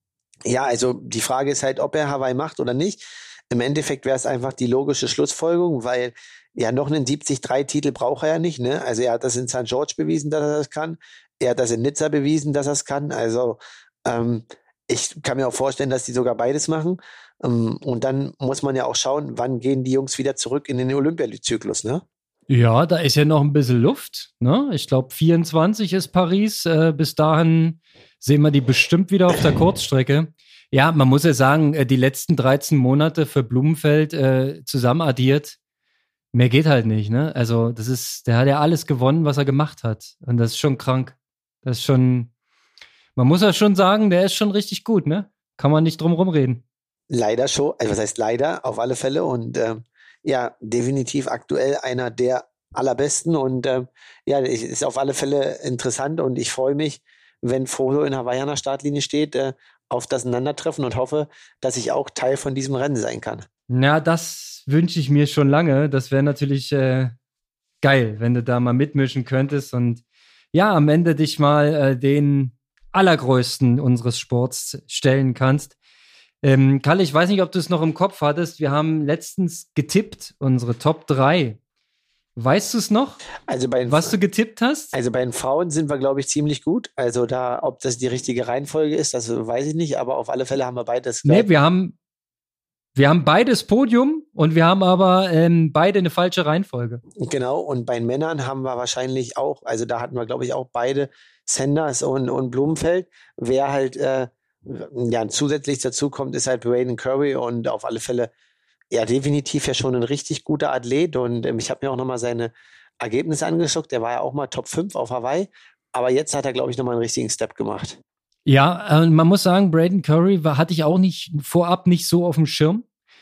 ja, also die Frage ist halt, ob er Hawaii macht oder nicht. Im Endeffekt wäre es einfach die logische Schlussfolgerung, weil ja noch einen siebzig drei Titel braucht er ja nicht, ne? Also er hat das in Sankt George bewiesen, dass er das kann. Er hat das in Nizza bewiesen, dass er es kann. Also ähm, ich kann mir auch vorstellen, dass die sogar beides machen. Ähm, und dann muss man ja auch schauen, wann gehen die Jungs wieder zurück in den Olympiazyklus, ne? Ja, da ist ja noch ein bisschen Luft. Ne? Ich glaube, vierundzwanzig ist Paris. Äh, bis dahin sehen wir die bestimmt wieder auf der Kurzstrecke. Ja, man muss ja sagen, äh, die letzten dreizehn Monate für Blumenfeld äh, zusammen addiert, mehr geht halt nicht. Ne? Also das ist, der hat ja alles gewonnen, was er gemacht hat. Und das ist schon krank. Das ist schon, man muss ja schon sagen, der ist schon richtig gut. Ne? Kann man nicht drum rumreden. Leider schon, also was heißt leider, auf alle Fälle. Und ähm, ja, definitiv aktuell einer der allerbesten. Und ähm, ja, es ist auf alle Fälle interessant und ich freue mich, wenn Frodo in Hawaii an der Startlinie steht, äh, auf das Aufeinandertreffen und hoffe, dass ich auch Teil von diesem Rennen sein kann. Ja, das wünsche ich mir schon lange. Das wäre natürlich äh, geil, wenn du da mal mitmischen könntest und ja, am Ende dich mal äh, den allergrößten unseres Sports stellen kannst. Ähm, Kalle, ich weiß nicht, ob du es noch im Kopf hattest. Wir haben letztens getippt, unsere Top drei. Weißt du es noch, Also bei den, was du getippt hast? also bei den Frauen sind wir, glaube ich, ziemlich gut. Also da, ob das die richtige Reihenfolge ist, das weiß ich nicht, aber auf alle Fälle haben wir beides. Nee, wir haben, wir haben beides Podium und wir haben aber ähm, beide eine falsche Reihenfolge. Genau, und bei den Männern haben wir wahrscheinlich auch, also da hatten wir, glaube ich, auch beide Sanders und, und Blumenfeld. Wer halt äh, ja zusätzlich dazu kommt, ist halt Braden Curry und auf alle Fälle ja definitiv ja schon ein richtig guter Athlet. Und ähm, ich habe mir auch nochmal seine Ergebnisse angeschaut. Der war ja auch mal Top fünf auf Hawaii, aber jetzt hat er, glaube ich, nochmal einen richtigen Step gemacht. Ja, äh, man muss sagen, Braden Curry war, hatte ich auch nicht vorab nicht so auf dem Schirm.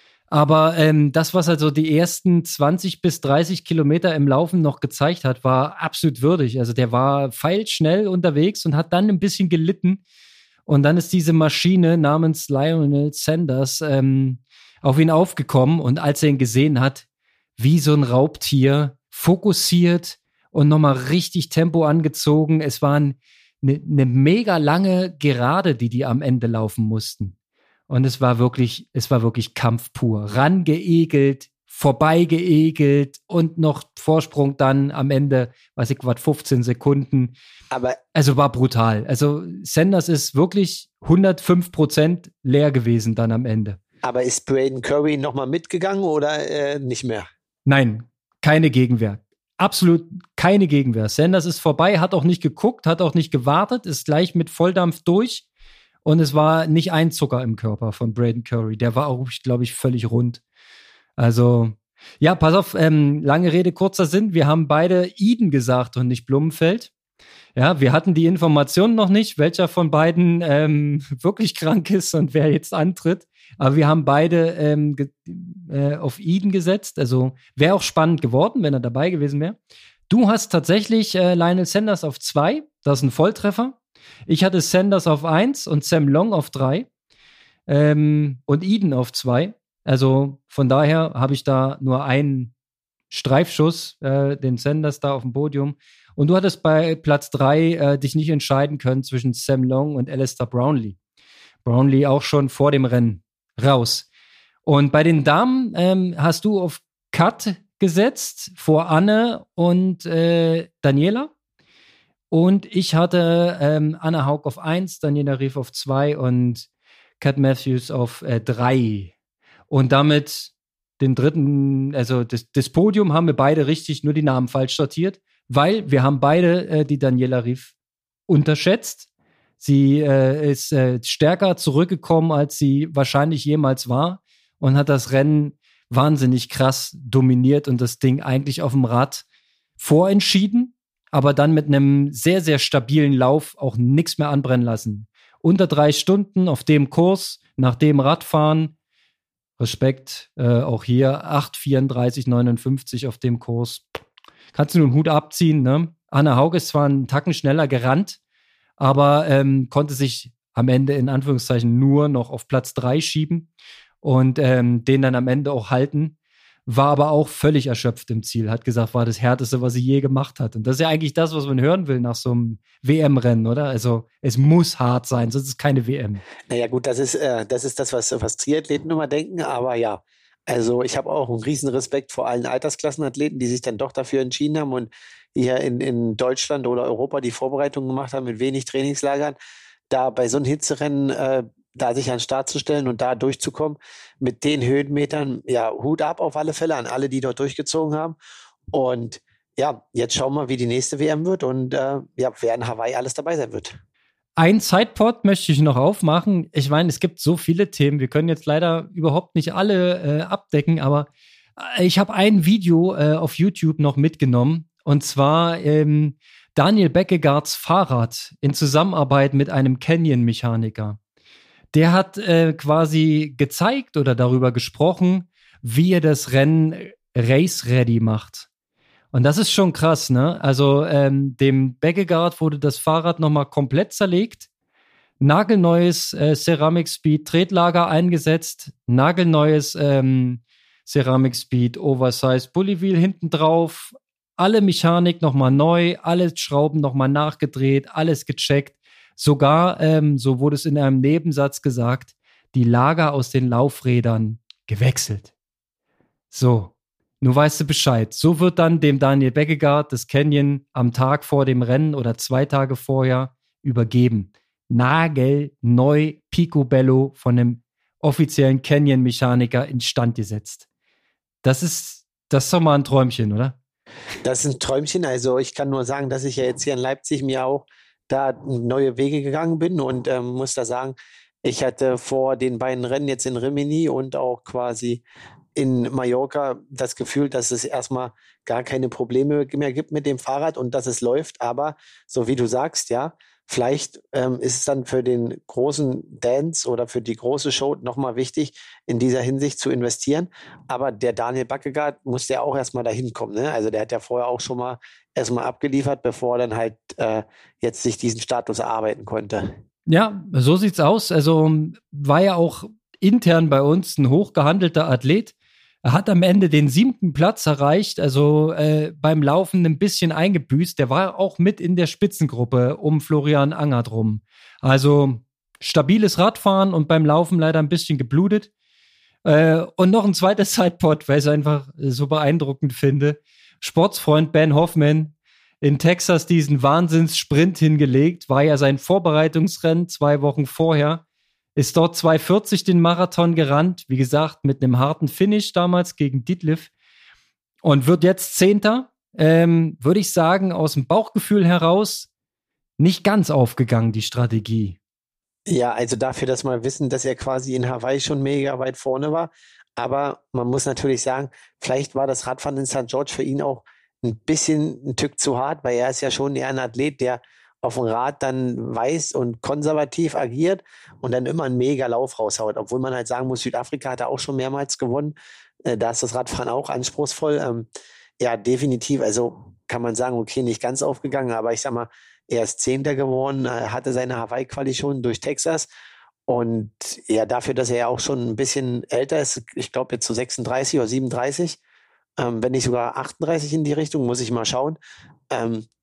Aber ähm, das, was er so die ersten zwanzig bis dreißig Kilometer im Laufen noch gezeigt hat, war absolut würdig. Also der war feilschnell unterwegs und hat dann ein bisschen gelitten. Und dann ist diese Maschine namens Lionel Sanders ähm, auf ihn aufgekommen. Und als er ihn gesehen hat, wie so ein Raubtier, fokussiert und nochmal richtig Tempo angezogen. Es war eine, eine mega lange Gerade, die die am Ende laufen mussten. Und es war wirklich, es war wirklich Kampf pur. Rangeegelt, vorbeigeegelt und noch Vorsprung dann am Ende, weiß ich was, fünfzehn Sekunden. Aber also war brutal. Also Sanders ist wirklich hundertfünf Prozent leer gewesen dann am Ende. Aber ist Braden Curry nochmal mitgegangen oder äh, nicht mehr? Nein, keine Gegenwehr. Absolut keine Gegenwehr. Sanders ist vorbei, hat auch nicht geguckt, hat auch nicht gewartet, ist gleich mit Volldampf durch. Und es war nicht ein Zucker im Körper von Braden Curry. Der war auch, glaube ich, völlig rund. Also, ja, pass auf, ähm, lange Rede, kurzer Sinn. Wir haben beide Iden gesagt und nicht Blumenfeld. Ja, wir hatten die Informationen noch nicht, welcher von beiden ähm, wirklich krank ist und wer jetzt antritt. Aber wir haben beide ähm, ge- äh, auf Iden gesetzt. Also wäre auch spannend geworden, wenn er dabei gewesen wäre. Du hast tatsächlich äh, Lionel Sanders auf zwei. Das ist ein Volltreffer. Ich hatte Sanders auf eins und Sam Long auf drei ähm, und Eden auf zwei. Also von daher habe ich da nur einen Streifschuss, äh, den Sanders da auf dem Podium. Und du hattest bei Platz drei äh, dich nicht entscheiden können zwischen Sam Long und Alistair Brownlee. Brownlee auch schon vor dem Rennen raus. Und bei den Damen ähm, hast du auf Kat gesetzt vor Anne und äh, Daniela. Und ich hatte ähm, Anna Haug auf eins, Daniela Ryf auf zwei und Kat Matthews auf äh, drei. Und damit den dritten, also das, das Podium haben wir beide richtig, nur die Namen falsch sortiert, weil wir haben beide äh, die Daniela Ryf unterschätzt. Sie äh, ist äh, stärker zurückgekommen, als sie wahrscheinlich jemals war und hat das Rennen wahnsinnig krass dominiert und das Ding eigentlich auf dem Rad vorentschieden, aber dann mit einem sehr, sehr stabilen Lauf auch nichts mehr anbrennen lassen. Unter drei Stunden auf dem Kurs, nach dem Radfahren, Respekt, äh, auch hier acht vierunddreißig neunundfünfzig auf dem Kurs. Kannst du nur einen Hut abziehen, ne? Anna Haug ist zwar einen Tacken schneller gerannt, aber ähm, konnte sich am Ende in Anführungszeichen nur noch auf Platz drei schieben und ähm, den dann am Ende auch halten. War aber auch völlig erschöpft im Ziel. Hat gesagt, war das Härteste, was sie je gemacht hat. Und das ist ja eigentlich das, was man hören will nach so einem W M-Rennen, oder? Also es muss hart sein, sonst ist es keine W M. Naja gut, das ist, äh, das ist das, was, was Triathleten immer denken. Aber ja, also ich habe auch einen riesen Respekt vor allen Altersklassenathleten, die sich dann doch dafür entschieden haben und hier in, in Deutschland oder Europa die Vorbereitungen gemacht haben mit wenig Trainingslagern. Da bei so einem Hitzerennen äh, da sich an den Start zu stellen und da durchzukommen mit den Höhenmetern, ja, Hut ab auf alle Fälle an alle, die dort durchgezogen haben. Und ja, jetzt schauen wir, wie die nächste W M wird und äh, ja, wer in Hawaii alles dabei sein wird. Ein Sidepod möchte ich noch aufmachen. Ich meine, es gibt so viele Themen. Wir können jetzt leider überhaupt nicht alle äh, abdecken, aber ich habe ein Video äh, auf YouTube noch mitgenommen und zwar ähm, Daniel Beckegaards Fahrrad in Zusammenarbeit mit einem Canyon-Mechaniker. Der hat äh, quasi gezeigt oder darüber gesprochen, wie er das Rennen race-ready macht. Und das ist schon krass, ne? Also ähm, dem Beckegaard wurde das Fahrrad nochmal komplett zerlegt, nagelneues äh, Ceramic Speed Tretlager eingesetzt, nagelneues ähm, Ceramic Speed Oversized Bully Wheel hinten drauf, alle Mechanik nochmal neu, alle Schrauben nochmal nachgedreht, alles gecheckt. Sogar, ähm, so wurde es in einem Nebensatz gesagt, die Lager aus den Laufrädern gewechselt. So, nun weißt du Bescheid. So wird dann dem Daniel Beckegaard das Canyon am Tag vor dem Rennen oder zwei Tage vorher übergeben. Nagelneu Picobello von einem offiziellen Canyon-Mechaniker instand gesetzt. Das ist, das ist doch mal ein Träumchen, oder? Das ist ein Träumchen. Also ich kann nur sagen, dass ich ja jetzt hier in Leipzig mir auch da neue Wege gegangen bin und ähm, muss da sagen, ich hatte vor den beiden Rennen jetzt in Rimini und auch quasi in Mallorca das Gefühl, dass es erstmal gar keine Probleme mehr gibt mit dem Fahrrad und dass es läuft. Aber so wie du sagst, ja, vielleicht ähm, ist es dann für den großen Dance oder für die große Show nochmal wichtig, in dieser Hinsicht zu investieren. Aber der Daniel Beckegaard muss ja auch erstmal dahin kommen, ne? Also der hat ja vorher auch schon mal erstmal abgeliefert, bevor er dann halt äh, jetzt sich diesen Status erarbeiten konnte. Ja, so sieht's aus. Also war ja auch intern bei uns ein hochgehandelter Athlet. Er hat am Ende den siebten Platz erreicht, also äh, beim Laufen ein bisschen eingebüßt. Der war auch mit in der Spitzengruppe um Florian Angert rum. Also stabiles Radfahren und beim Laufen leider ein bisschen geblutet. Äh, und noch ein zweites Sidepod, weil ich es einfach so beeindruckend finde. Sportsfreund Ben Hoffman in Texas diesen Wahnsinnssprint hingelegt, war ja sein Vorbereitungsrennen zwei Wochen vorher. Ist dort zwei vierzig den Marathon gerannt, wie gesagt, mit einem harten Finish damals gegen Ditlev und wird jetzt Zehnter. Ähm, würde ich sagen, aus dem Bauchgefühl heraus nicht ganz aufgegangen, die Strategie. Ja, also dafür, dass wir wissen, dass er quasi in Hawaii schon mega weit vorne war. Aber man muss natürlich sagen, vielleicht war das Radfahren in Sankt George für ihn auch ein bisschen ein Stück zu hart, weil er ist ja schon eher ein Athlet, der auf dem Rad dann weiß und konservativ agiert und dann immer einen mega Lauf raushaut. Obwohl man halt sagen muss, Südafrika hat er auch schon mehrmals gewonnen. Äh, da ist das Radfahren auch anspruchsvoll. Ähm, ja, definitiv. Also kann man sagen, okay, nicht ganz aufgegangen, aber ich sag mal, er ist Zehnter geworden, äh, hatte seine Hawaii-Quali schon durch Texas. Und ja, dafür, dass er ja auch schon ein bisschen älter ist, ich glaube jetzt so sechsunddreißig oder siebenunddreißig, ähm, wenn nicht sogar achtunddreißig in die Richtung, muss ich mal schauen. Ähm,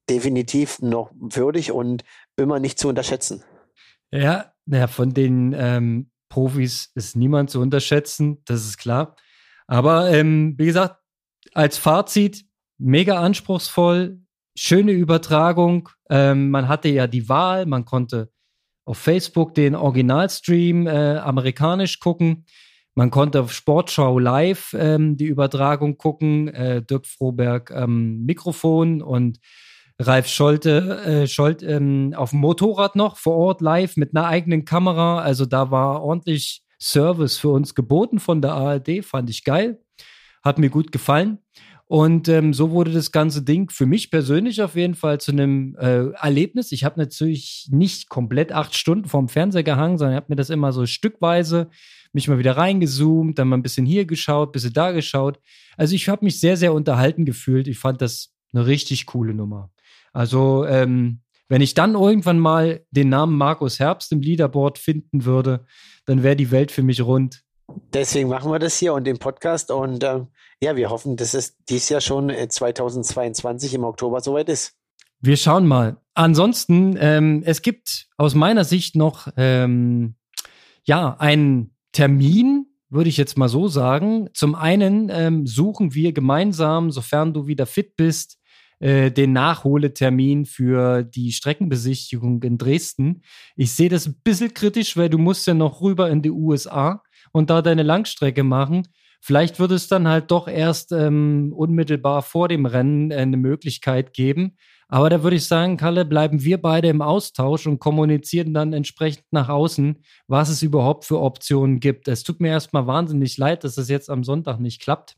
definitiv noch würdig und immer nicht zu unterschätzen. Ja, naja, von den ähm, Profis ist niemand zu unterschätzen, das ist klar. Aber ähm, wie gesagt, als Fazit, mega anspruchsvoll, schöne Übertragung. Ähm, man hatte ja die Wahl, man konnte auf Facebook den Originalstream äh, amerikanisch gucken. Man konnte auf Sportschau live ähm, die Übertragung gucken. Äh, Dirk Froberg am Mikrofon und Ralf Scholte, äh, Scholt ähm, auf dem Motorrad noch vor Ort live mit einer eigenen Kamera. Also da war ordentlich Service für uns geboten von der A R D. Fand ich geil. Hat mir gut gefallen. Und ähm, so wurde das ganze Ding für mich persönlich auf jeden Fall zu einem äh, Erlebnis. Ich habe natürlich nicht komplett acht Stunden vorm Fernseher gehangen, sondern habe mir das immer so stückweise mich mal wieder reingezoomt, dann mal ein bisschen hier geschaut, ein bisschen da geschaut. Also ich habe mich sehr, sehr unterhalten gefühlt. Ich fand das eine richtig coole Nummer. Also ähm, wenn ich dann irgendwann mal den Namen Markus Herbst im Leaderboard finden würde, dann wäre die Welt für mich rund. Deswegen machen wir das hier und den Podcast und ähm, ja, wir hoffen, dass es dieses Jahr schon äh, zweitausendzweiundzwanzig im Oktober soweit ist. Wir schauen mal. Ansonsten, ähm, es gibt aus meiner Sicht noch ähm, ja einen Termin, würde ich jetzt mal so sagen. Zum einen ähm, suchen wir gemeinsam, sofern du wieder fit bist, äh, den Nachholetermin für die Streckenbesichtigung in Dresden. Ich sehe das ein bisschen kritisch, weil du musst ja noch rüber in die U S A und da deine Langstrecke machen. Vielleicht wird es dann halt doch erst ähm, unmittelbar vor dem Rennen äh, eine Möglichkeit geben. Aber da würde ich sagen, Kalle, bleiben wir beide im Austausch und kommunizieren dann entsprechend nach außen, was es überhaupt für Optionen gibt. Es tut mir erstmal wahnsinnig leid, dass das jetzt am Sonntag nicht klappt.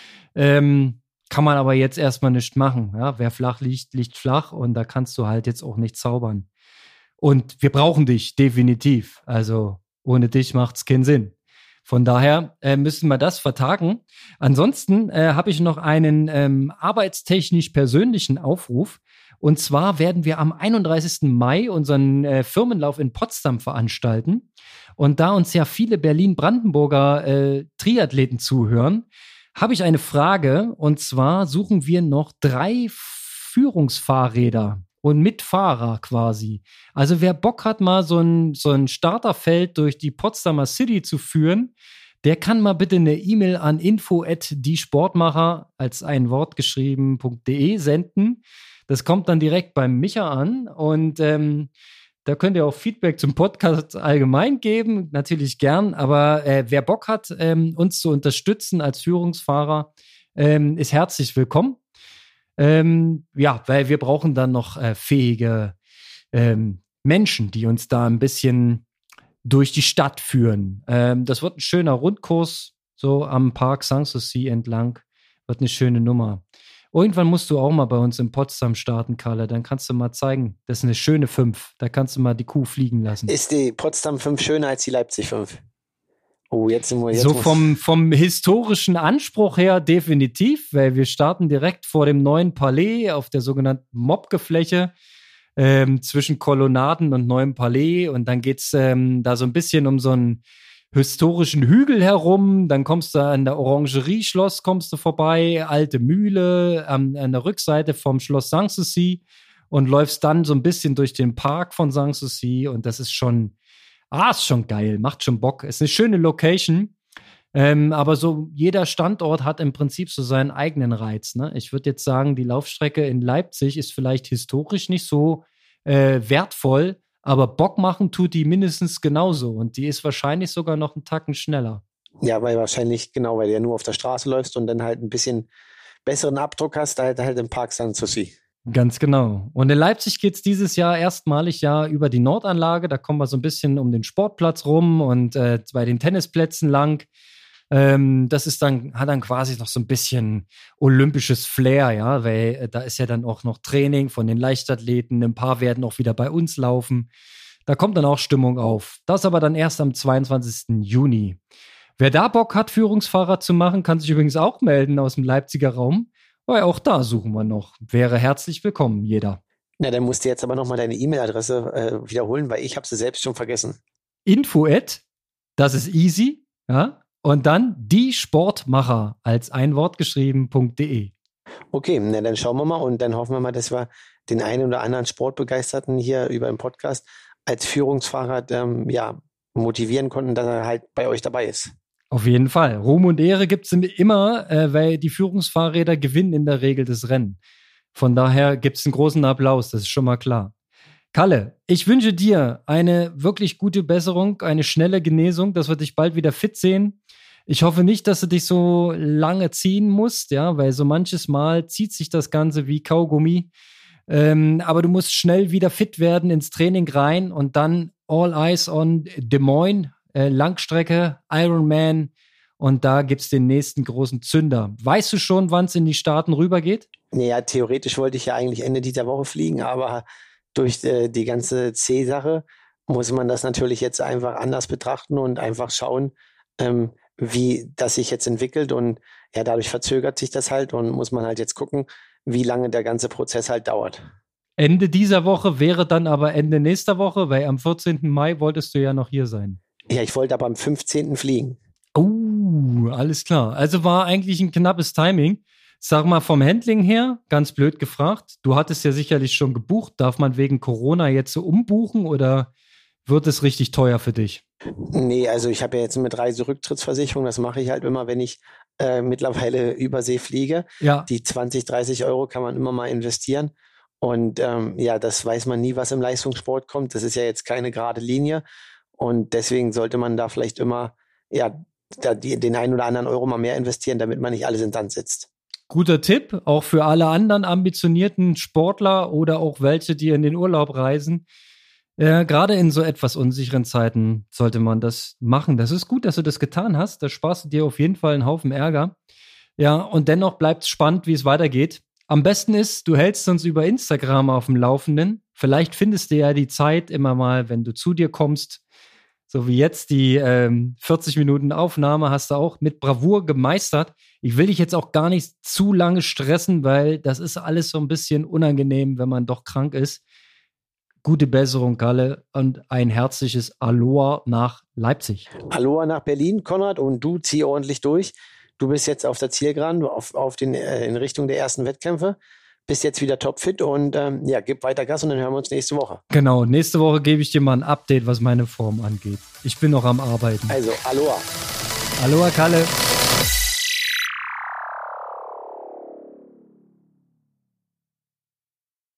Ähm, kann man aber jetzt erstmal nicht machen. Ja? Wer flach liegt, liegt flach und da kannst du halt jetzt auch nicht zaubern. Und wir brauchen dich, definitiv. Also ohne dich macht es keinen Sinn. Von daher äh, müssen wir das vertagen. Ansonsten äh, habe ich noch einen ähm, arbeitstechnisch persönlichen Aufruf. Und zwar werden wir am einunddreißigsten Mai unseren äh, Firmenlauf in Potsdam veranstalten. Und da uns ja viele Berlin-Brandenburger äh, Triathleten zuhören, habe ich eine Frage. Und zwar suchen wir noch drei Führungsfahrräder und mit Fahrer quasi. Also wer Bock hat, mal so ein, so ein Starterfeld durch die Potsdamer City zu führen, der kann mal bitte eine E-Mail an info at diesportmacher als ein Wort geschrieben.de senden. Das kommt dann direkt beim Micha an und ähm, da könnt ihr auch Feedback zum Podcast allgemein geben, natürlich gern, aber äh, wer Bock hat, ähm, uns zu unterstützen als Führungsfahrer, ähm, ist herzlich willkommen. Ähm, ja, weil wir brauchen dann noch äh, fähige ähm, Menschen, die uns da ein bisschen durch die Stadt führen. Ähm, das wird ein schöner Rundkurs, so am Park Sanssouci entlang. Wird eine schöne Nummer. Irgendwann musst du auch mal bei uns in Potsdam starten, Karla. Dann kannst du mal zeigen, das ist eine schöne fünf. Da kannst du mal die Kuh fliegen lassen. Ist die Potsdam fünf schöner als die Leipzig fünf? Oh, jetzt sind wir jetzt. So vom, vom historischen Anspruch her definitiv, weil wir starten direkt vor dem neuen Palais auf der sogenannten Mobke-Fläche ähm, zwischen Kolonnaden und neuem Palais und dann geht's ähm, da so ein bisschen um so einen historischen Hügel herum, dann kommst du an der Orangerie-Schloss kommst du vorbei, alte Mühle ähm, an der Rückseite vom Schloss Sanssouci und läufst dann so ein bisschen durch den Park von Sanssouci und das ist schon Ah, ist schon geil, macht schon Bock. Ist eine schöne Location, ähm, aber so jeder Standort hat im Prinzip so seinen eigenen Reiz. Ne? Ich würde jetzt sagen, die Laufstrecke in Leipzig ist vielleicht historisch nicht so äh, wertvoll, aber Bock machen tut die mindestens genauso und die ist wahrscheinlich sogar noch einen Tacken schneller. Ja, weil wahrscheinlich, genau, weil du ja nur auf der Straße läufst und dann halt ein bisschen besseren Abdruck hast, halt, halt im Park Sanssouci. Ganz genau. Und in Leipzig geht es dieses Jahr erstmalig ja über die Nordanlage. Da kommen wir so ein bisschen um den Sportplatz rum und äh, bei den Tennisplätzen lang. Ähm, das ist dann, hat dann quasi noch so ein bisschen olympisches Flair, ja, weil äh, da ist ja dann auch noch Training von den Leichtathleten. Ein paar werden auch wieder bei uns laufen. Da kommt dann auch Stimmung auf. Das aber dann erst am zweiundzwanzigsten Juni. Wer da Bock hat, Führungsfahrer zu machen, kann sich übrigens auch melden aus dem Leipziger Raum. Weil auch da suchen wir noch. Wäre herzlich willkommen, jeder. Na, dann musst du jetzt aber nochmal deine E-Mail-Adresse äh, wiederholen, weil ich habe sie selbst schon vergessen. Info at, das ist easy, ja, und dann die Sportmacher als ein Wort geschrieben.de. Okay, na, dann schauen wir mal und dann hoffen wir mal, dass wir den einen oder anderen Sportbegeisterten hier über den Podcast als Führungsfahrrad ähm, ja, motivieren konnten, dass er halt bei euch dabei ist. Auf jeden Fall. Ruhm und Ehre gibt es immer, äh, weil die Führungsfahrräder gewinnen in der Regel das Rennen. Von daher gibt es einen großen Applaus, das ist schon mal klar. Kalle, ich wünsche dir eine wirklich gute Besserung, eine schnelle Genesung, dass wir dich bald wieder fit sehen. Ich hoffe nicht, dass du dich so lange ziehen musst, ja, weil so manches Mal zieht sich das Ganze wie Kaugummi. Ähm, aber du musst schnell wieder fit werden, ins Training rein und dann all eyes on Des Moines, äh, Langstrecke, Ironman und da gibt's den nächsten großen Zünder. Weißt du schon, wann es in die Staaten rübergeht? Naja, theoretisch wollte ich ja eigentlich Ende dieser Woche fliegen, aber durch äh, die ganze C-Sache muss man das natürlich jetzt einfach anders betrachten und einfach schauen, ähm, wie das sich jetzt entwickelt und ja, dadurch verzögert sich das halt und muss man halt jetzt gucken, wie lange der ganze Prozess halt dauert. Ende dieser Woche wäre dann aber Ende nächster Woche, weil am vierzehnten Mai wolltest du ja noch hier sein. Ja, ich wollte aber am fünfzehnten fliegen. Oh, alles klar. Also war eigentlich ein knappes Timing. Sag mal, vom Handling her, ganz blöd gefragt, du hattest ja sicherlich schon gebucht. Darf man wegen Corona jetzt so umbuchen oder wird es richtig teuer für dich? Nee, also ich habe ja jetzt mit Reiserücktrittsversicherung, das mache ich halt immer, wenn ich äh, mittlerweile übersee fliege. Ja. Die zwanzig, dreißig Euro kann man immer mal investieren. Und ähm, ja, das weiß man nie, was im Leistungssport kommt. Das ist ja jetzt keine gerade Linie. Und deswegen sollte man da vielleicht immer ja da die, den einen oder anderen Euro mal mehr investieren, damit man nicht alles in den Sand sitzt. Guter Tipp, auch für alle anderen ambitionierten Sportler oder auch welche, die in den Urlaub reisen. Äh, gerade in so etwas unsicheren Zeiten sollte man das machen. Das ist gut, dass du das getan hast. Da sparst du dir auf jeden Fall einen Haufen Ärger. Ja, und dennoch bleibt es spannend, wie es weitergeht. Am besten ist, du hältst uns über Instagram auf dem Laufenden. Vielleicht findest du ja die Zeit immer mal, wenn du zu dir kommst. So wie jetzt die ähm, vierzig Minuten Aufnahme hast du auch mit Bravour gemeistert. Ich will dich jetzt auch gar nicht zu lange stressen, weil das ist alles so ein bisschen unangenehm, wenn man doch krank ist. Gute Besserung, Kalle, und ein herzliches Aloha nach Leipzig. Aloha nach Berlin, Konrad, und du zieh ordentlich durch. Du bist jetzt auf der Zielgeraden, auf, auf den, äh, in Richtung der ersten Wettkämpfe. Bist jetzt wieder topfit und ähm, ja, gib weiter Gas und dann hören wir uns nächste Woche. Genau, nächste Woche gebe ich dir mal ein Update, was meine Form angeht. Ich bin noch am Arbeiten. Also, Aloha. Aloha, Kalle.